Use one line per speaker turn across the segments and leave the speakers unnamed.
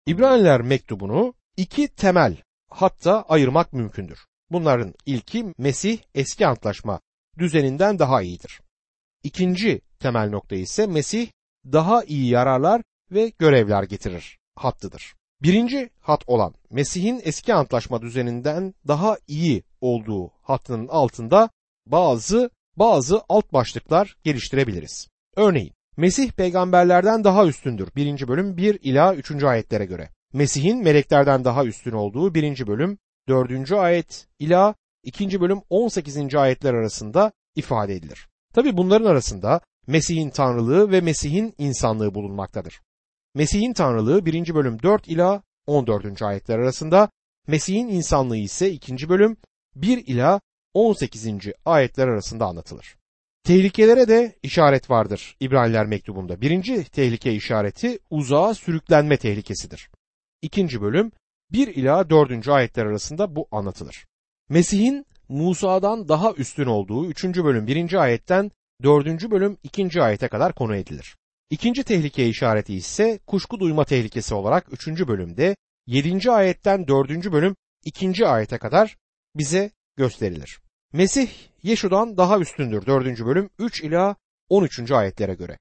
İbraniler mektubunu iki temel hatta ayırmak mümkündür. Bunların ilki Mesih eski antlaşma düzeninden daha iyidir. İkinci temel nokta ise Mesih daha iyi yararlar ve görevler getirir hattıdır. Birinci hat olan Mesih'in eski antlaşma düzeninden daha iyi olduğu hattının altında bazı alt başlıklar geliştirebiliriz. Örneğin Mesih peygamberlerden daha üstündür 1. bölüm 1 ila 3. ayetlere göre. Mesih'in meleklerden daha üstün olduğu 1. bölüm 4. ayet ila 2. bölüm 18. ayetler arasında ifade edilir. Tabi bunların arasında Mesih'in tanrılığı ve Mesih'in insanlığı bulunmaktadır. Mesih'in tanrılığı 1. bölüm 4 ila 14. ayetler arasında, Mesih'in insanlığı ise 2. bölüm 1 ila 18. ayetler arasında anlatılır. Tehlikelere de işaret vardır İbraniler mektubunda. Birinci tehlike işareti uzağa sürüklenme tehlikesidir. 2. bölüm 1 ila 4. ayetler arasında bu anlatılır. Mesih'in Musa'dan daha üstün olduğu 3. bölüm 1. ayetten 4. bölüm 2. ayete kadar konu edilir. İkinci tehlike işareti ise kuşku duyma tehlikesi olarak 3. bölümde 7. ayetten 4. bölüm 2. ayete kadar bize gösterilir. Mesih Yeşu'dan daha üstündür 4. bölüm 3 ila 13. ayetlere göre.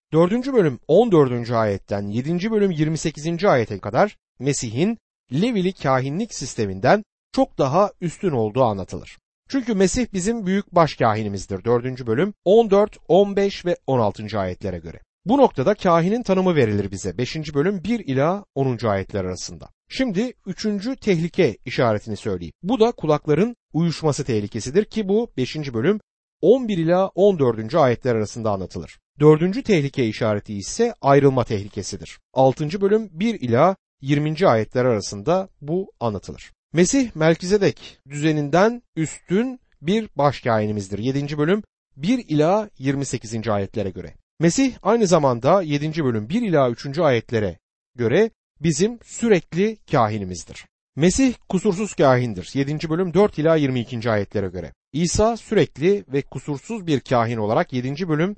4. bölüm 14. ayetten 7. bölüm 28. ayete kadar Mesih'in Levili kahinlik sisteminden çok daha üstün olduğu anlatılır. Çünkü Mesih bizim büyük başkâhinimizdir 4. bölüm 14, 15 ve 16. ayetlere göre. Bu noktada kahinin tanımı verilir bize 5. bölüm 1 ila 10. ayetler arasında. Şimdi 3. tehlike işaretini söyleyeyim. Bu da kulakların uyuşması tehlikesidir ki bu 5. bölüm 11 ila 14. ayetler arasında anlatılır. 4. tehlike işareti ise ayrılma tehlikesidir. 6. bölüm 1 ila 20. ayetler arasında bu anlatılır. Mesih Melkizedek düzeninden üstün bir başkâhinimizdir 7. bölüm 1 ila 28. ayetlere göre. Mesih aynı zamanda 7. bölüm 1 ila 3. ayetlere göre bizim sürekli kâhinimizdir. Mesih kusursuz kâhindir 7. bölüm 4 ila 22. ayetlere göre. İsa sürekli ve kusursuz bir kâhin olarak 7. bölüm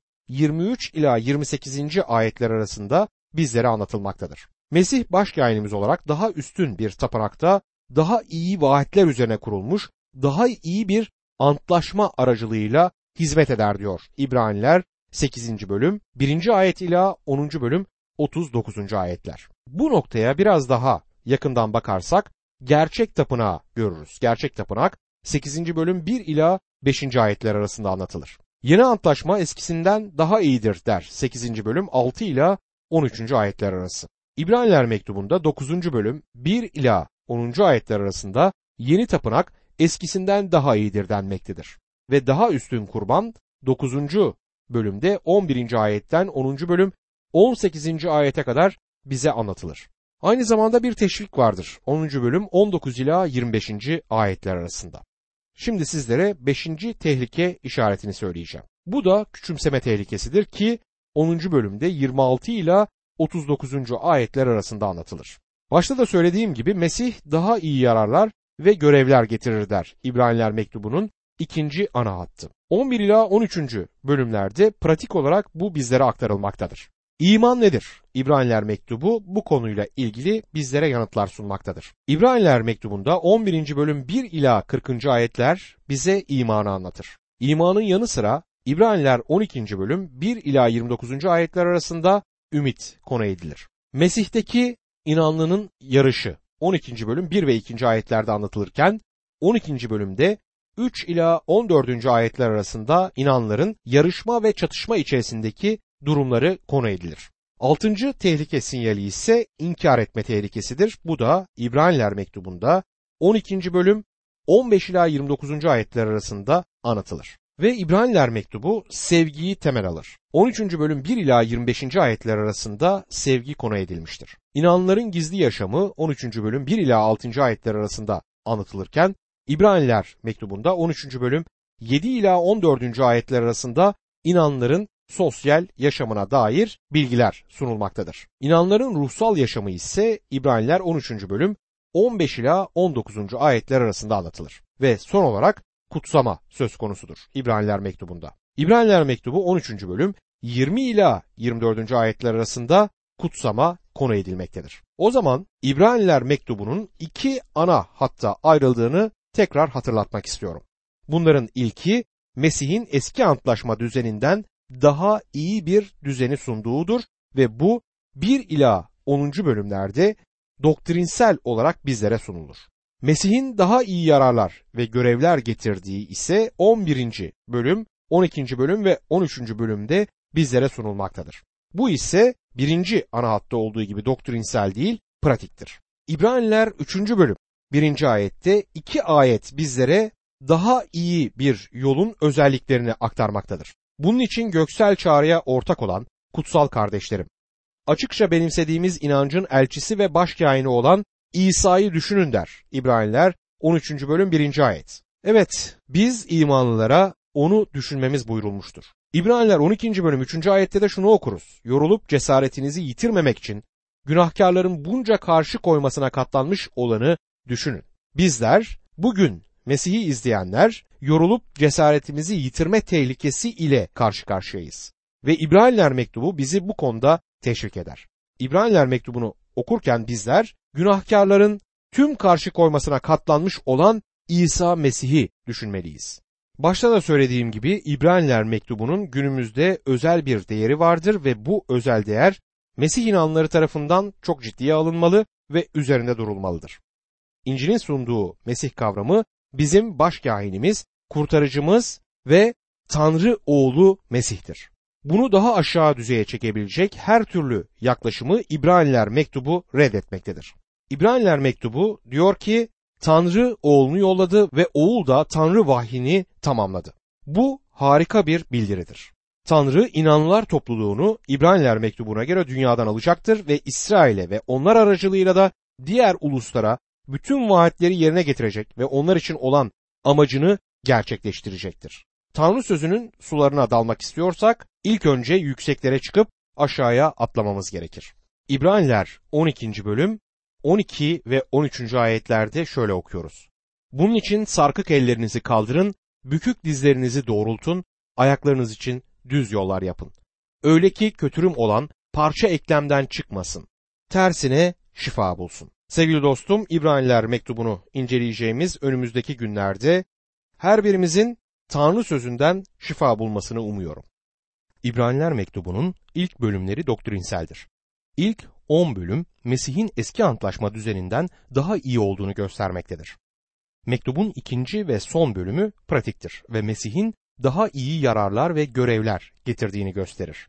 23 ila 28. ayetler arasında bizlere anlatılmaktadır. Mesih başkâhinimiz olarak daha üstün bir tapınakta, daha iyi vaatler üzerine kurulmuş, daha iyi bir antlaşma aracılığıyla hizmet eder diyor İbraniler 8. bölüm 1. ayet ila 10. bölüm 39. ayetler. Bu noktaya biraz daha yakından bakarsak gerçek tapınağı görürüz. Gerçek tapınak 8. bölüm 1 ila 5. ayetler arasında anlatılır. Yeni antlaşma eskisinden daha iyidir der 8. bölüm 6 ila 13. ayetler arası. İbraniler mektubunda 9. bölüm 1 ila 10. ayetler arasında yeni tapınak eskisinden daha iyidir denmektedir. Ve daha üstün kurban 9. bölümde 11. ayetten 10. bölüm 18. ayete kadar bize anlatılır. Aynı zamanda bir teşvik vardır 10. bölüm 19 ila 25. ayetler arasında. Şimdi sizlere 5. tehlike işaretini söyleyeceğim. Bu da küçümseme tehlikesidir ki 10. bölümde 26 ila 39. ayetler arasında anlatılır. Başta da söylediğim gibi Mesih daha iyi yararlar ve görevler getirir der İbraniler mektubunun ikinci ana hattı. 11 ila 13. bölümlerde pratik olarak bu bizlere aktarılmaktadır. İman nedir? İbraniler mektubu bu konuyla ilgili bizlere yanıtlar sunmaktadır. İbraniler mektubunda 11. bölüm 1 ila 40. ayetler bize imanı anlatır. İmanın yanı sıra İbraniler 12. bölüm 1 ila 29. ayetler arasında ümit konu edilir. Mesih'teki inanlının yarışı 12. bölüm 1 ve 2. ayetlerde anlatılırken 12. bölümde 3 ila 14. ayetler arasında inanların yarışma ve çatışma içerisindeki durumları konu edilir. 6. tehlike sinyali ise inkar etme tehlikesidir. Bu da İbraniler mektubunda 12. bölüm 15 ila 29. ayetler arasında anlatılır. Ve İbraniler mektubu sevgiyi temel alır. 13. bölüm 1 ila 25. ayetler arasında sevgi konu edilmiştir. İnanların gizli yaşamı 13. bölüm 1 ila 6. ayetler arasında anlatılırken İbraniler mektubunda 13. bölüm 7 ila 14. ayetler arasında inanların sosyal yaşamına dair bilgiler sunulmaktadır. İnanların ruhsal yaşamı ise İbraniler 13. bölüm 15 ila 19. ayetler arasında anlatılır. Ve son olarak kutsama söz konusudur İbraniler mektubunda. İbraniler mektubu 13. bölüm 20 ila 24. ayetler arasında kutsama konu edilmektedir. O zaman İbraniler mektubunun iki ana hatta ayrıldığını tekrar hatırlatmak istiyorum. Bunların ilki Mesih'in eski antlaşma düzeninden daha iyi bir düzeni sunduğudur ve bu 1 ila 10. bölümlerde doktrinsel olarak bizlere sunulur. Mesih'in daha iyi yararlar ve görevler getirdiği ise 11. bölüm, 12. bölüm ve 13. bölümde bizlere sunulmaktadır. Bu ise 1. ana hatta olduğu gibi doktrinsel değil, pratiktir. İbraniler 3. bölüm 1. ayette 2 ayet bizlere daha iyi bir yolun özelliklerini aktarmaktadır. Bunun için göksel çağrıya ortak olan kutsal kardeşlerim, açıkça benimsediğimiz inancın elçisi ve başkâhini olan İsa'yı düşünün der. İbraniler 13. bölüm 1. ayet. Evet, biz imanlılara onu düşünmemiz buyurulmuştur. İbraniler 12. bölüm 3. ayette de şunu okuruz. Yorulup cesaretinizi yitirmemek için günahkarların bunca karşı koymasına katlanmış olanı düşünün. Bizler bugün Mesih'i izleyenler yorulup cesaretimizi yitirme tehlikesi ile karşı karşıyayız. Ve İbraniler mektubu bizi bu konuda teşvik eder. İbraniler mektubunu okurken bizler günahkarların tüm karşı koymasına katlanmış olan İsa Mesih'i düşünmeliyiz. Başta da söylediğim gibi İbraniler mektubunun günümüzde özel bir değeri vardır ve bu özel değer Mesih inanları tarafından çok ciddiye alınmalı ve üzerinde durulmalıdır. İncil'in sunduğu Mesih kavramı bizim başkâhinimiz, kurtarıcımız ve Tanrı oğlu Mesih'tir. Bunu daha aşağı düzeye çekebilecek her türlü yaklaşımı İbraniler mektubu reddetmektedir. İbraniler mektubu diyor ki Tanrı oğlunu yolladı ve oğul da Tanrı vahyini tamamladı. Bu harika bir bildiridir. Tanrı inanlılar topluluğunu İbraniler mektubuna göre dünyadan alacaktır ve İsrail'e ve onlar aracılığıyla da diğer uluslara bütün vaatleri yerine getirecek ve onlar için olan amacını gerçekleştirecektir. Tanrı sözünün sularına dalmak istiyorsak ilk önce yükseklere çıkıp aşağıya atlamamız gerekir. İbraniler 12. bölüm 12 ve 13. ayetlerde şöyle okuyoruz. Bunun için sarkık ellerinizi kaldırın, bükük dizlerinizi doğrultun, ayaklarınız için düz yollar yapın. Öyle ki kötürüm olan parça eklemden çıkmasın. Tersine şifa bulsun. Sevgili dostum, İbraniler mektubunu inceleyeceğimiz önümüzdeki günlerde her birimizin Tanrı sözünden şifa bulmasını umuyorum. İbraniler mektubunun ilk bölümleri doktrinseldir. İlk 10 bölüm Mesih'in eski antlaşma düzeninden daha iyi olduğunu göstermektedir. Mektubun ikinci ve son bölümü pratiktir ve Mesih'in daha iyi yararlar ve görevler getirdiğini gösterir.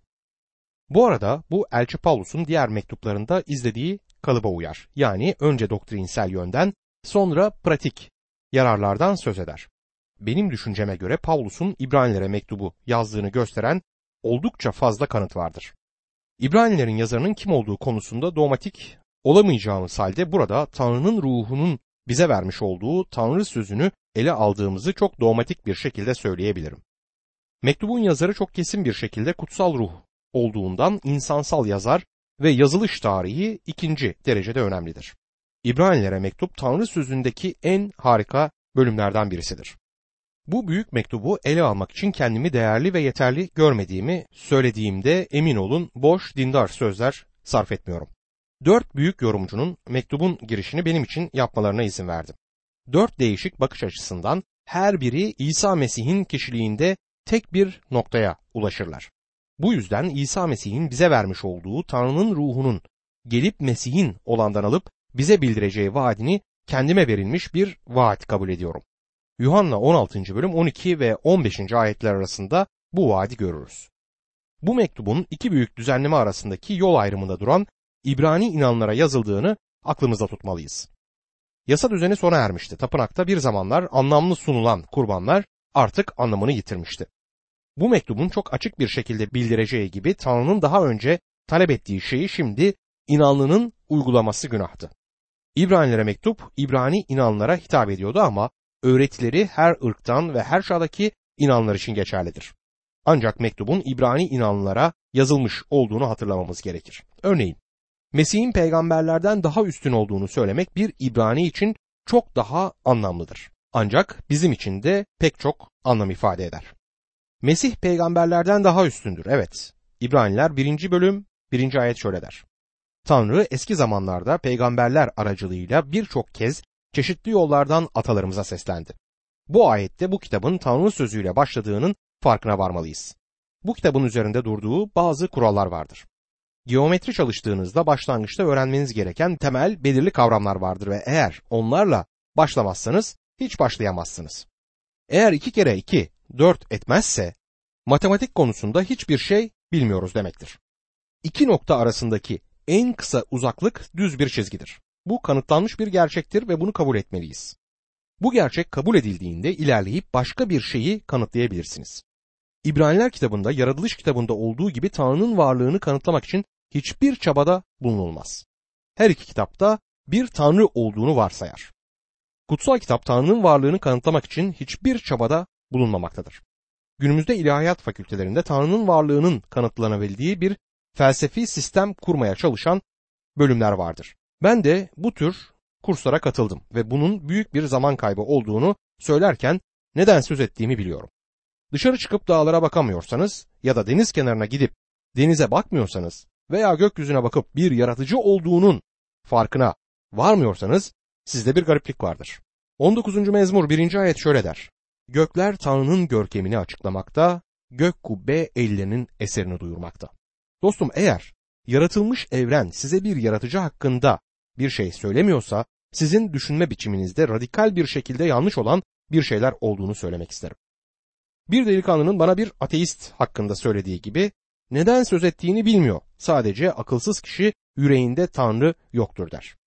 Bu arada bu Elçi Pavlus'un diğer mektuplarında izlediği kalıba uyar. Yani önce doktrinsel yönden, sonra pratik yararlardan söz eder. Benim düşünceme göre Pavlus'un İbranilere mektubu yazdığını gösteren oldukça fazla kanıt vardır. İbranilerin yazarının kim olduğu konusunda dogmatik olamayacağımız halde burada Tanrı'nın ruhunun bize vermiş olduğu Tanrı sözünü ele aldığımızı çok dogmatik bir şekilde söyleyebilirim. Mektubun yazarı çok kesin bir şekilde kutsal ruh olduğundan insansal yazar ve yazılış tarihi ikinci derecede önemlidir. İbranilere mektup Tanrı sözündeki en harika bölümlerden birisidir. Bu büyük mektubu ele almak için kendimi değerli ve yeterli görmediğimi söylediğimde emin olun boş dindar sözler sarf etmiyorum. 4 büyük yorumcunun mektubun girişini benim için yapmalarına izin verdim. 4 değişik bakış açısından her biri İsa Mesih'in kişiliğinde tek bir noktaya ulaşırlar. Bu yüzden İsa Mesih'in bize vermiş olduğu Tanrı'nın ruhunun gelip Mesih'in olandan alıp bize bildireceği vaadini kendime verilmiş bir vaat kabul ediyorum. Yuhanna 16. bölüm 12 ve 15. ayetler arasında bu vaadi görürüz. Bu mektubun iki büyük düzenleme arasındaki yol ayrımında duran İbrani inanlara yazıldığını aklımızda tutmalıyız. Yasa düzeni sona ermişti. Tapınakta bir zamanlar anlamlı sunulan kurbanlar artık anlamını yitirmişti. Bu mektubun çok açık bir şekilde bildireceği gibi Tanrı'nın daha önce talep ettiği şeyi şimdi inanlının uygulaması günahtı. İbranilere mektup İbrani inanlara hitap ediyordu ama öğretileri her ırktan ve her çağdaki inanlar için geçerlidir. Ancak mektubun İbrani inanlara yazılmış olduğunu hatırlamamız gerekir. Örneğin, Mesih'in peygamberlerden daha üstün olduğunu söylemek bir İbrani için çok daha anlamlıdır. Ancak bizim için de pek çok anlam ifade eder. Mesih peygamberlerden daha üstündür. Evet, İbraniler 1. bölüm 1. ayet şöyle der. Tanrı eski zamanlarda peygamberler aracılığıyla birçok kez çeşitli yollardan atalarımıza seslendi. Bu ayette bu kitabın Tanrı sözüyle başladığının farkına varmalıyız. Bu kitabın üzerinde durduğu bazı kurallar vardır. Geometri çalıştığınızda başlangıçta öğrenmeniz gereken temel belirli kavramlar vardır ve eğer onlarla başlamazsanız hiç başlayamazsınız. Eğer 2 kere 2 4 etmezse matematik konusunda hiçbir şey bilmiyoruz demektir. İki nokta arasındaki en kısa uzaklık düz bir çizgidir. Bu kanıtlanmış bir gerçektir ve bunu kabul etmeliyiz. Bu gerçek kabul edildiğinde ilerleyip başka bir şeyi kanıtlayabilirsiniz. İbraniler kitabında, Yaratılış kitabında olduğu gibi Tanrı'nın varlığını kanıtlamak için hiçbir çabada bulunulmaz. Her iki kitapta bir Tanrı olduğunu varsayar. Kutsal kitap Tanrı'nın varlığını kanıtlamak için hiçbir çabada bulunmamaktadır. Günümüzde ilahiyat fakültelerinde Tanrı'nın varlığının kanıtlanabildiği bir felsefi sistem kurmaya çalışan bölümler vardır. Ben de bu tür kurslara katıldım ve bunun büyük bir zaman kaybı olduğunu söylerken neden söz ettiğimi biliyorum. Dışarı çıkıp dağlara bakamıyorsanız ya da deniz kenarına gidip denize bakmıyorsanız veya gökyüzüne bakıp bir yaratıcı olduğunun farkına varmıyorsanız sizde bir gariplik vardır. 19. mezmur 1. ayet şöyle der: Gökler Tanrı'nın görkemini açıklamakta, gök kubbe ellerinin eserini duyurmakta. Dostum, eğer yaratılmış evren size bir yaratıcı hakkında bir şey söylemiyorsa, sizin düşünme biçiminizde radikal bir şekilde yanlış olan bir şeyler olduğunu söylemek isterim. Bir delikanlının bana bir ateist hakkında söylediği gibi, neden söz ettiğini bilmiyor. Sadece akılsız kişi yüreğinde Tanrı yoktur der.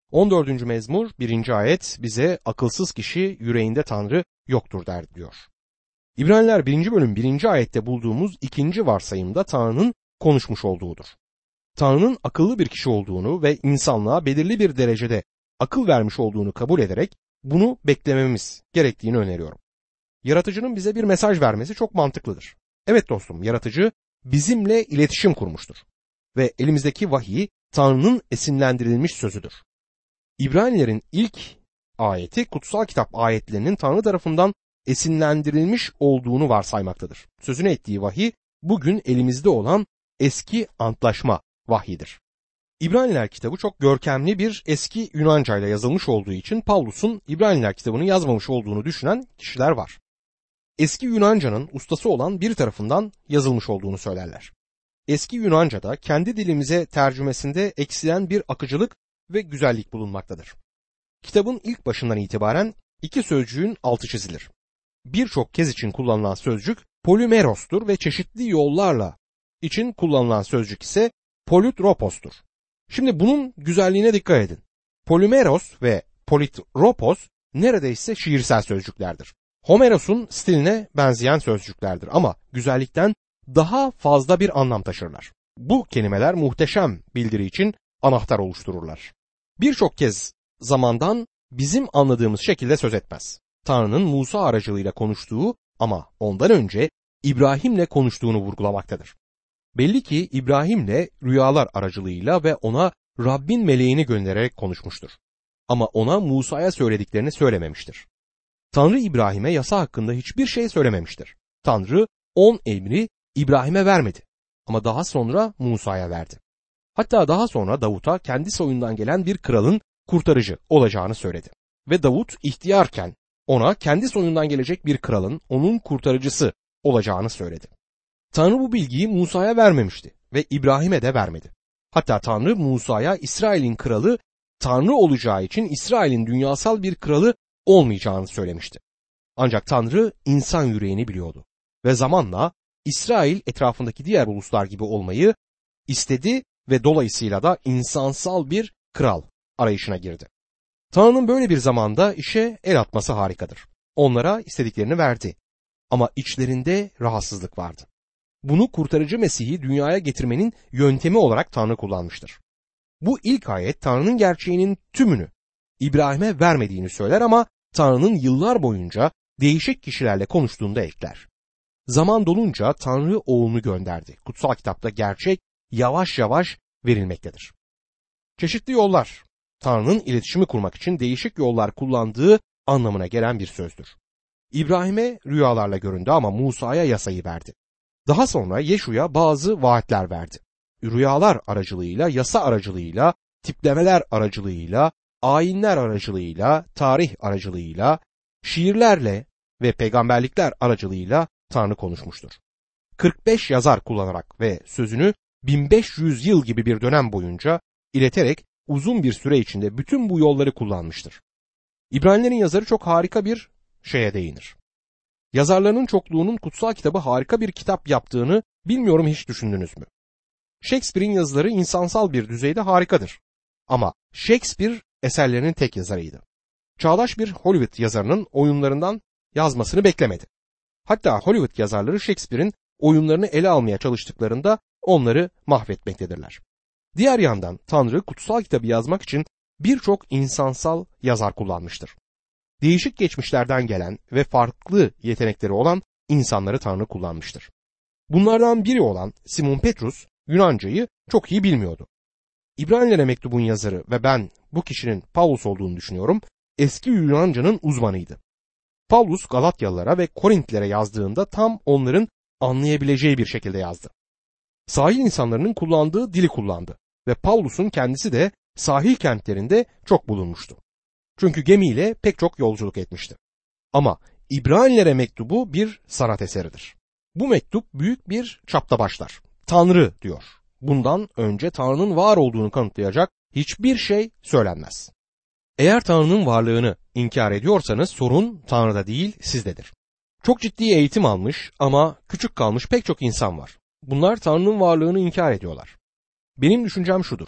14. mezmur 1. ayet bize akılsız kişi yüreğinde Tanrı yoktur der diyor. İbraniler 1. bölüm 1. ayette bulduğumuz ikinci varsayımda Tanrı'nın konuşmuş olduğudur. Tanrı'nın akıllı bir kişi olduğunu ve insanlığa belirli bir derecede akıl vermiş olduğunu kabul ederek bunu beklememiz gerektiğini öneriyorum. Yaratıcının bize bir mesaj vermesi çok mantıklıdır. Evet dostum, yaratıcı bizimle iletişim kurmuştur ve elimizdeki vahiy Tanrı'nın esinlendirilmiş sözüdür. İbranilerin ilk ayeti kutsal kitap ayetlerinin Tanrı tarafından esinlendirilmiş olduğunu varsaymaktadır. Sözünü ettiği vahiy bugün elimizde olan eski antlaşma vahyidir. İbraniler kitabı çok görkemli bir eski Yunanca ile yazılmış olduğu için Pavlus'un İbraniler kitabını yazmamış olduğunu düşünen kişiler var. Eski Yunanca'nın ustası olan biri tarafından yazılmış olduğunu söylerler. Eski Yunanca'da kendi dilimize tercümesinde eksilen bir akıcılık ve güzellik bulunmaktadır. Kitabın ilk başından itibaren iki sözcüğün altı çizilir. Birçok kez için kullanılan sözcük polümerostur ve çeşitli yollarla için kullanılan sözcük ise politropostur. Şimdi bunun güzelliğine dikkat edin. Polümeros ve politropos neredeyse şiirsel sözcüklerdir. Homeros'un stiline benzeyen sözcüklerdir ama güzellikten daha fazla bir anlam taşırlar. Bu kelimeler muhteşem bildiri için anahtar oluştururlar. Birçok kez zamandan bizim anladığımız şekilde söz etmez. Tanrı'nın Musa aracılığıyla konuştuğu ama ondan önce İbrahim'le konuştuğunu vurgulamaktadır. Belli ki İbrahim'le rüyalar aracılığıyla ve ona Rabbin meleğini göndererek konuşmuştur. Ama ona Musa'ya söylediklerini söylememiştir. Tanrı İbrahim'e yasa hakkında hiçbir şey söylememiştir. Tanrı 10 emri İbrahim'e vermedi ama daha sonra Musa'ya verdi. Hatta daha sonra Davut'a kendi soyundan gelen bir kralın kurtarıcı olacağını söyledi. Ve Davut ihtiyarken ona kendi soyundan gelecek bir kralın onun kurtarıcısı olacağını söyledi. Tanrı bu bilgiyi Musa'ya vermemişti ve İbrahim'e de vermedi. Hatta Tanrı Musa'ya İsrail'in kralı Tanrı olacağı için İsrail'in dünyasal bir kralı olmayacağını söylemişti. Ancak Tanrı insan yüreğini biliyordu ve zamanla İsrail etrafındaki diğer uluslar gibi olmayı istedi ve dolayısıyla da insansal bir kral arayışına girdi. Tanrı'nın böyle bir zamanda işe el atması harikadır. Onlara istediklerini verdi ama içlerinde rahatsızlık vardı. Bunu kurtarıcı Mesih'i dünyaya getirmenin yöntemi olarak Tanrı kullanmıştır. Bu ilk ayet Tanrı'nın gerçeğinin tümünü İbrahim'e vermediğini söyler ama Tanrı'nın yıllar boyunca değişik kişilerle konuştuğunu da ekler. Zaman dolunca Tanrı oğlunu gönderdi. Kutsal kitapta gerçek yavaş yavaş verilmektedir. Çeşitli yollar, Tanrı'nın iletişimi kurmak için değişik yollar kullandığı anlamına gelen bir sözdür. İbrahim'e rüyalarla göründü ama Musa'ya yasayı verdi. Daha sonra Yeşu'ya bazı vaatler verdi. rüyalar aracılığıyla, yasa aracılığıyla, tiplemeler aracılığıyla, ayinler aracılığıyla, tarih aracılığıyla, şiirlerle ve peygamberlikler aracılığıyla Tanrı konuşmuştur. 45 yazar kullanarak ve sözünü 1500 yıl gibi bir dönem boyunca ileterek uzun bir süre içinde bütün bu yolları kullanmıştır. İbranilerin yazarı çok harika bir şeye değinir. Yazarlarının çokluğunun kutsal kitabı harika bir kitap yaptığını bilmiyorum, hiç düşündünüz mü? Shakespeare'in yazıları insansal bir düzeyde harikadır. Ama Shakespeare eserlerinin tek yazarıydı. Çağdaş bir Hollywood yazarının oyunlarından yazmasını beklemedi. Hatta Hollywood yazarları Shakespeare'in oyunlarını ele almaya çalıştıklarında onları mahvetmektedirler. Diğer yandan Tanrı kutsal kitabı yazmak için birçok insansal yazar kullanmıştır. Değişik geçmişlerden gelen ve farklı yetenekleri olan insanları Tanrı kullanmıştır. Bunlardan biri olan Simon Petrus Yunancayı çok iyi bilmiyordu. İbranilere mektubun yazarı ve ben bu kişinin Pavlus olduğunu düşünüyorum, eski Yunanca'nın uzmanıydı. Pavlus Galatyalılara ve Korintlilere yazdığında tam onların anlayabileceği bir şekilde yazdı. Sahil insanların kullandığı dili kullandı ve Pavlus'un kendisi de sahil kentlerinde çok bulunmuştu. Çünkü gemiyle pek çok yolculuk etmişti. Ama İbranilere mektubu bir sanat eseridir. Bu mektup büyük bir çapta başlar. Tanrı diyor. Bundan önce Tanrı'nın var olduğunu kanıtlayacak hiçbir şey söylenmez. Eğer Tanrı'nın varlığını inkar ediyorsanız sorun Tanrı'da değil, sizdedir. Çok ciddi eğitim almış ama küçük kalmış pek çok insan var. Bunlar Tanrı'nın varlığını inkar ediyorlar. Benim düşüncem şudur.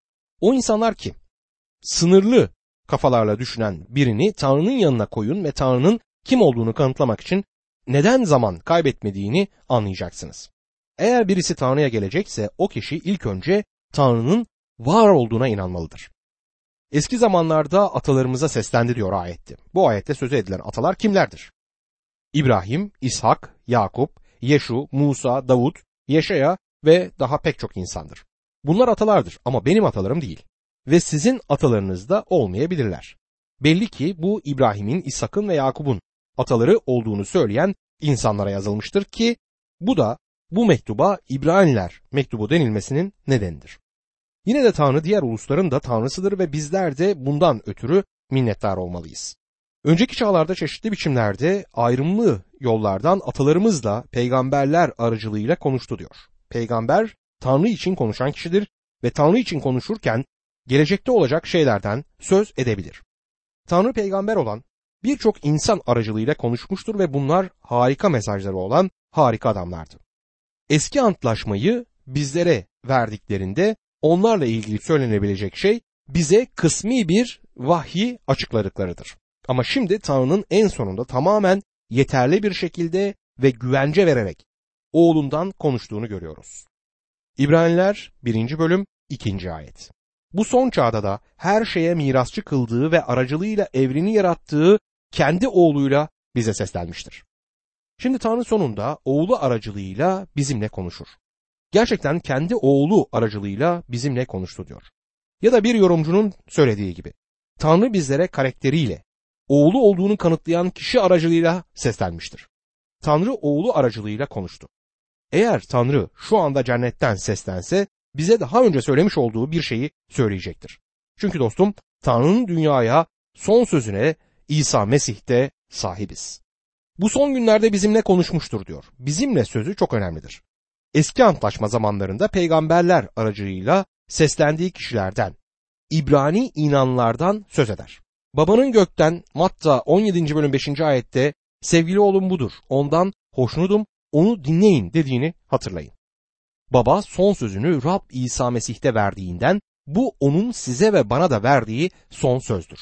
O insanlar kim? Sınırlı kafalarla düşünen birini Tanrı'nın yanına koyun ve Tanrı'nın kim olduğunu kanıtlamak için neden zaman kaybetmediğini anlayacaksınız. Eğer birisi Tanrı'ya gelecekse o kişi ilk önce Tanrı'nın var olduğuna inanmalıdır. Eski zamanlarda atalarımıza seslendi diyor ayette. Bu ayette söz edilen atalar kimlerdir? İbrahim, İshak, Yakup, Yeşu, Musa, Davut, Yeşaya ve daha pek çok insandır. Bunlar atalardır ama benim atalarım değil. Ve sizin atalarınız da olmayabilirler. Belli ki bu İbrahim'in, İshak'ın ve Yakup'un ataları olduğunu söyleyen insanlara yazılmıştır ki bu da bu mektuba İbraniler mektubu denilmesinin nedenidir. Yine de Tanrı diğer ulusların da Tanrısıdır ve bizler de bundan ötürü minnettar olmalıyız. Önceki çağlarda çeşitli biçimlerde ayrımlı yollardan atalarımızla peygamberler aracılığıyla konuştu diyor. Peygamber Tanrı için konuşan kişidir ve Tanrı için konuşurken gelecekte olacak şeylerden söz edebilir. Tanrı peygamber olan birçok insan aracılığıyla konuşmuştur ve bunlar harika mesajları olan harika adamlardı. Eski antlaşmayı bizlere verdiklerinde onlarla ilgili söylenebilecek şey bize kısmi bir vahyi açıkladıklarıdır. Ama şimdi Tanrı'nın en sonunda tamamen yeterli bir şekilde ve güvence vererek oğlundan konuştuğunu görüyoruz. İbraniler 1. bölüm 2. ayet. Bu son çağda da her şeye mirasçı kıldığı ve aracılığıyla evreni yarattığı kendi oğluyla bize seslenmiştir. Şimdi Tanrı sonunda oğlu aracılığıyla bizimle konuşur. Gerçekten kendi oğlu aracılığıyla bizimle konuştu diyor. Ya da bir yorumcunun söylediği gibi Tanrı bizlere karakteriyle oğlu olduğunu kanıtlayan kişi aracılığıyla seslenmiştir. Tanrı oğlu aracılığıyla konuştu. Eğer Tanrı şu anda cennetten seslense bize daha önce söylemiş olduğu bir şeyi söyleyecektir. Çünkü dostum Tanrı'nın dünyaya son sözüne İsa Mesih'te sahibiz. Bu son günlerde bizimle konuşmuştur diyor. Bizimle sözü çok önemlidir. Eski antlaşma zamanlarında peygamberler aracılığıyla seslendiği kişilerden, İbrani inanlardan söz eder. Babanın gökten Matta 17. bölüm 5. ayette sevgili oğlum budur, ondan hoşnutum, onu dinleyin dediğini hatırlayın. Baba son sözünü Rab İsa Mesih'te verdiğinden bu onun size ve bana da verdiği son sözdür.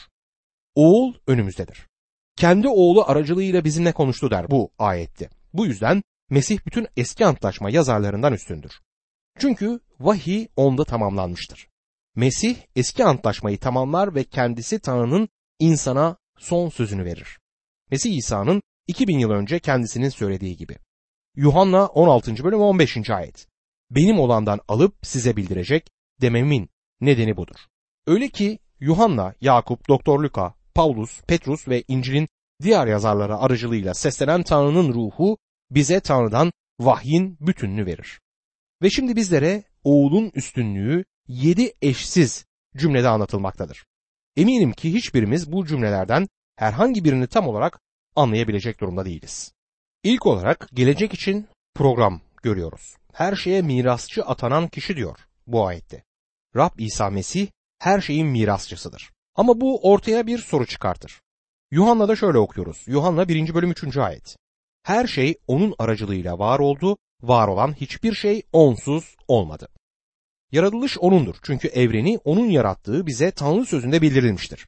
Oğul önümüzdedir. Kendi oğlu aracılığıyla bizimle konuştu der bu ayette. Bu yüzden Mesih bütün eski antlaşma yazarlarından üstündür. Çünkü vahiy onda tamamlanmıştır. Mesih eski antlaşmayı tamamlar ve kendisi Tanrı'nın insana son sözünü verir. Mesih İsa'nın 2000 yıl önce kendisinin söylediği gibi. Yuhanna 16. bölüm 15. ayet. Benim olandan alıp size bildirecek dememin nedeni budur. Öyle ki Yuhanna, Yakup, Doktor Luka, Paulus, Petrus ve İncil'in diğer yazarları aracılığıyla seslenen Tanrı'nın ruhu bize Tanrı'dan vahyin bütününü verir. Ve şimdi bizlere oğulun üstünlüğü 7 eşsiz cümlede anlatılmaktadır. Eminim ki hiçbirimiz bu cümlelerden herhangi birini tam olarak anlayabilecek durumda değiliz. İlk olarak gelecek için program görüyoruz. Her şeye mirasçı atanan kişi diyor bu ayette. Rab İsa Mesih her şeyin mirasçısıdır. Ama bu ortaya bir soru çıkartır. Yuhanna'da şöyle okuyoruz. Yuhanna 1. bölüm 3. ayet. Her şey onun aracılığıyla var oldu, var olan hiçbir şey onsuz olmadı. Yaratılış O'nundur çünkü evreni O'nun yarattığı bize Tanrı sözünde bildirilmiştir.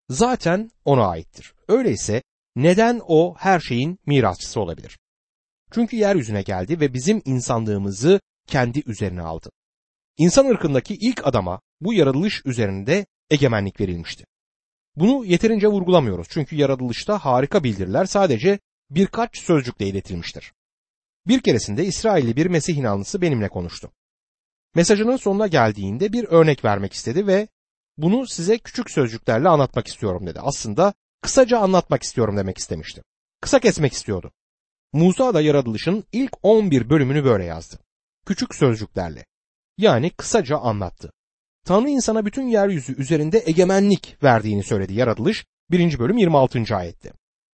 Zaten O'na aittir. Öyleyse neden O her şeyin mirasçısı olabilir? Çünkü yeryüzüne geldi ve bizim insanlığımızı kendi üzerine aldı. İnsan ırkındaki ilk adama bu yaratılış üzerinde egemenlik verilmişti. Bunu yeterince vurgulamıyoruz çünkü yaratılışta harika bildiriler sadece birkaç sözcükle iletilmiştir. Bir keresinde İsrailli bir Mesih inanlısı benimle konuştu. Mesajının sonuna geldiğinde bir örnek vermek istedi ve bunu size küçük sözcüklerle anlatmak istiyorum dedi. Aslında kısaca anlatmak istiyorum demek istemişti. Kısa kesmek istiyordu. Musa da yaratılışın ilk 11 bölümünü böyle yazdı. Küçük sözcüklerle. Yani kısaca anlattı. Tanrı insana bütün yeryüzü üzerinde egemenlik verdiğini söyledi Yaratılış 1. bölüm 26. ayette.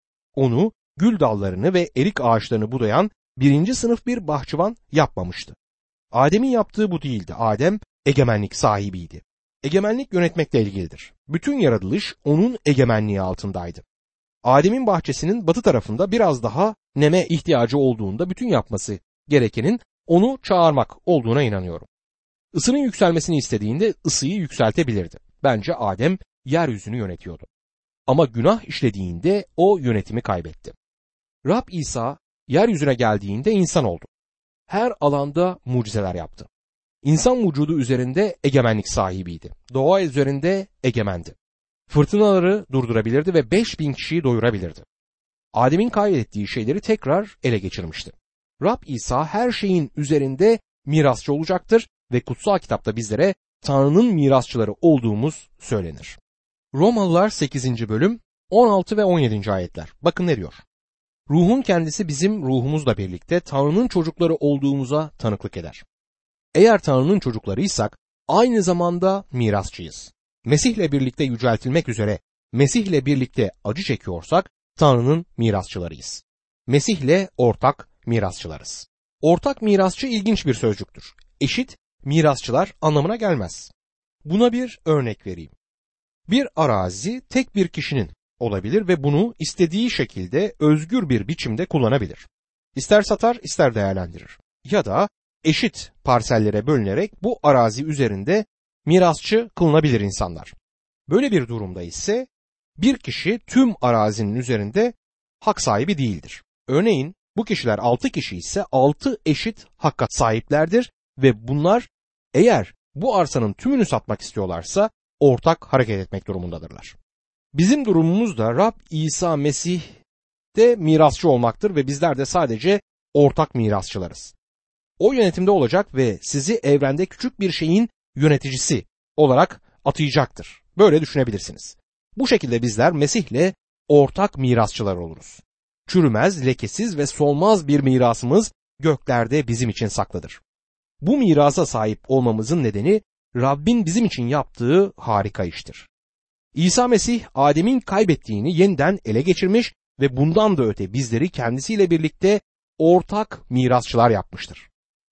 Onu gül dallarını ve erik ağaçlarını budayan 1. sınıf bir bahçıvan yapmamıştı. Adem'in yaptığı bu değildi. Adem egemenlik sahibiydi. Egemenlik yönetmekle ilgilidir. Bütün yaratılış onun egemenliği altındaydı. Adem'in bahçesinin batı tarafında biraz daha neme ihtiyacı olduğunda bütün yapması gerekenin onu çağırmak olduğuna inanıyorum. Isının yükselmesini istediğinde ısıyı yükseltebilirdi. Bence Adem yeryüzünü yönetiyordu. Ama günah işlediğinde o yönetimi kaybetti. Rab İsa yeryüzüne geldiğinde insan oldu. Her alanda mucizeler yaptı. İnsan vücudu üzerinde egemenlik sahibiydi. Doğa üzerinde egemendi. Fırtınaları durdurabilirdi ve 5000 kişiyi doyurabilirdi. Adem'in kaybettiği şeyleri tekrar ele geçirmişti. Rab İsa her şeyin üzerinde mirasçı olacaktır ve kutsal kitapta bizlere Tanrı'nın mirasçıları olduğumuz söylenir. Romalılar 8. bölüm 16 ve 17. ayetler. Bakın ne diyor? Ruhun kendisi bizim ruhumuzla birlikte Tanrı'nın çocukları olduğumuza tanıklık eder. Eğer Tanrı'nın çocuklarıysak aynı zamanda mirasçıyız. Mesih'le birlikte yüceltilmek üzere Mesih'le birlikte acı çekiyorsak Tanrı'nın mirasçılarıyız. Mesih'le ortak mirasçılarız. Ortak mirasçı ilginç bir sözcüktür. Eşit mirasçılar anlamına gelmez. Buna bir örnek vereyim. Bir arazi tek bir kişinin olabilir ve bunu istediği şekilde özgür bir biçimde kullanabilir. İster satar, ister değerlendirir. Ya da eşit parsellere bölünerek bu arazi üzerinde mirasçı kılınabilir insanlar. Böyle bir durumda ise bir kişi tüm arazinin üzerinde hak sahibi değildir. Örneğin bu kişiler 6 kişi ise 6 eşit hakka sahiplerdir ve bunlar eğer bu arsanın tümünü satmak istiyorlarsa ortak hareket etmek durumundadırlar. Bizim durumumuz da Rab İsa Mesih'te mirasçı olmaktır ve bizler de sadece ortak mirasçılarız. O yönetimde olacak ve sizi evrende küçük bir şeyin yöneticisi olarak atayacaktır. Böyle düşünebilirsiniz. Bu şekilde bizler Mesih'le ortak mirasçılar oluruz. Çürümez, lekesiz ve solmaz bir mirasımız göklerde bizim için saklıdır. Bu mirasa sahip olmamızın nedeni Rabbin bizim için yaptığı harika iştir. İsa Mesih Adem'in kaybettiğini yeniden ele geçirmiş ve bundan da öte bizleri kendisiyle birlikte ortak mirasçılar yapmıştır.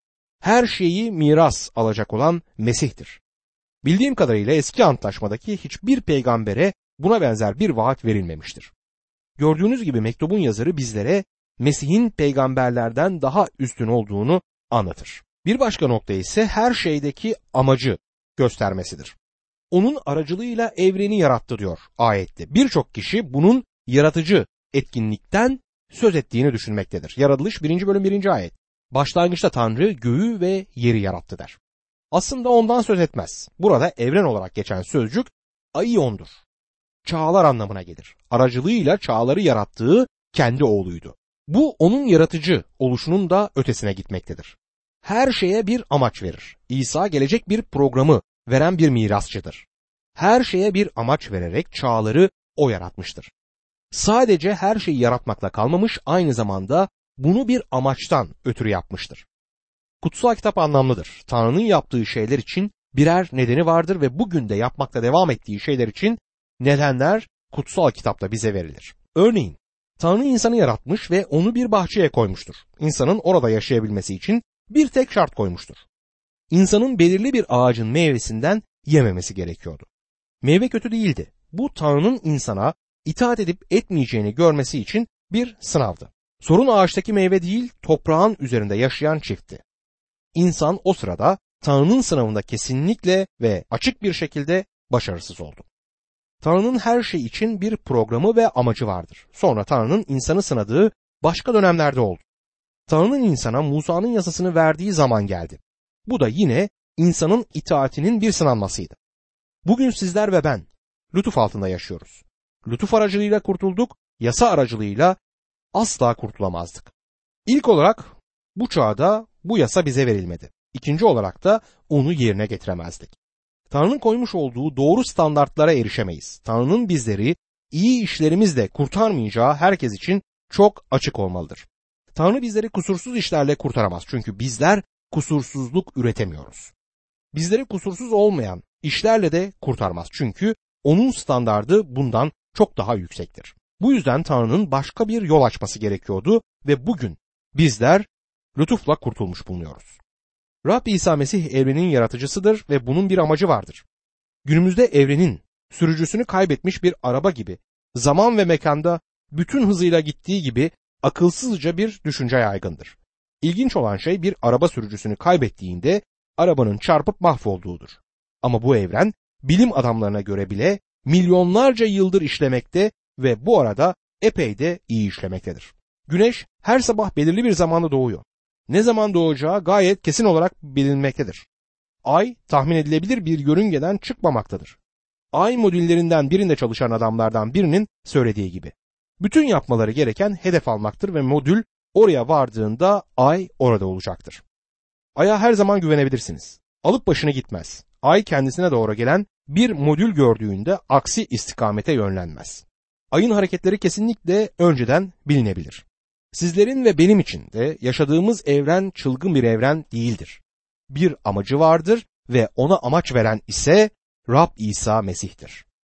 Her şeyi miras alacak olan Mesih'tir. Bildiğim kadarıyla eski antlaşmadaki hiçbir peygambere buna benzer bir vaat verilmemiştir. Gördüğünüz gibi mektubun yazarı bizlere Mesih'in peygamberlerden daha üstün olduğunu anlatır. Bir başka nokta ise her şeydeki amacı göstermesidir. Onun aracılığıyla evreni yarattı diyor ayette. Birçok kişi bunun yaratıcı etkinlikten söz ettiğini düşünmektedir. Yaratılış 1. bölüm 1. ayet. Başlangıçta Tanrı göğü ve yeri yarattı der. Aslında ondan söz etmez. Burada evren olarak geçen sözcük aiondur. Çağlar anlamına gelir. Aracılığıyla çağları yarattığı kendi oğluydu. Bu onun yaratıcı oluşunun da ötesine gitmektedir. Her şeye bir amaç verir. İsa gelecek bir programı veren bir mirasçıdır. Her şeye bir amaç vererek çağları o yaratmıştır. Sadece her şeyi yaratmakla kalmamış, aynı zamanda bunu bir amaçtan ötürü yapmıştır. Kutsal kitap anlamlıdır. Tanrı'nın yaptığı şeyler için birer nedeni vardır ve bugün de yapmakta devam ettiği şeyler için nedenler kutsal kitapta bize verilir. Örneğin Tanrı insanı yaratmış ve onu bir bahçeye koymuştur. İnsanın orada yaşayabilmesi için bir tek şart koymuştur. İnsanın belirli bir ağacın meyvesinden yememesi gerekiyordu. Meyve kötü değildi. Bu Tanrı'nın insana itaat edip etmeyeceğini görmesi için bir sınavdı. Sorun ağaçtaki meyve değil, toprağın üzerinde yaşayan çiftti. İnsan o sırada Tanrı'nın sınavında kesinlikle ve açık bir şekilde başarısız oldu. Tanrı'nın her şey için bir programı ve amacı vardır. Sonra Tanrı'nın insanı sınadığı başka dönemlerde oldu. Tanrı'nın insana Musa'nın yasasını verdiği zaman geldi. Bu da yine insanın itaatinin bir sınanmasıydı. Bugün sizler ve ben lütuf altında yaşıyoruz. Lütuf aracılığıyla kurtulduk, yasa aracılığıyla asla kurtulamazdık. İlk olarak bu çağda bu yasa bize verilmedi. İkinci olarak da onu yerine getiremezdik. Tanrı'nın koymuş olduğu doğru standartlara erişemeyiz. Tanrı'nın bizleri iyi işlerimizle kurtarmayacağı herkes için çok açık olmalıdır. Tanrı bizleri kusursuz işlerle kurtaramaz. Çünkü bizler kusursuzluk üretemiyoruz. Bizleri kusursuz olmayan işlerle de kurtarmaz. Çünkü onun standardı bundan çok daha yüksektir. Bu yüzden Tanrı'nın başka bir yol açması gerekiyordu ve bugün bizler lütufla kurtulmuş bulunuyoruz. Rab İsa Mesih evrenin yaratıcısıdır ve bunun bir amacı vardır. Günümüzde evrenin sürücüsünü kaybetmiş bir araba gibi zaman ve mekanda bütün hızıyla gittiği gibi akılsızca bir düşünce yaygındır. İlginç olan şey bir araba sürücüsünü kaybettiğinde arabanın çarpıp mahvolduğudur. Ama bu evren bilim adamlarına göre bile milyonlarca yıldır işlemekte ve bu arada epey de iyi işlemektedir. Güneş her sabah belirli bir zamanda doğuyor. Ne zaman doğacağı gayet kesin olarak bilinmektedir. Ay tahmin edilebilir bir yörüngeden çıkmamaktadır. Ay modüllerinden birinde çalışan adamlardan birinin söylediği gibi. Bütün yapmaları gereken hedef almaktır ve modül oraya vardığında ay orada olacaktır. Ay'a her zaman güvenebilirsiniz. Alıp başını gitmez. Ay kendisine doğru gelen bir modül gördüğünde aksi istikamete yönlenmez. Ayın hareketleri kesinlikle önceden bilinebilir. Sizlerin ve benim için de yaşadığımız evren çılgın bir evren değildir. Bir amacı vardır ve ona amaç veren ise Rab İsa Mesih'tir.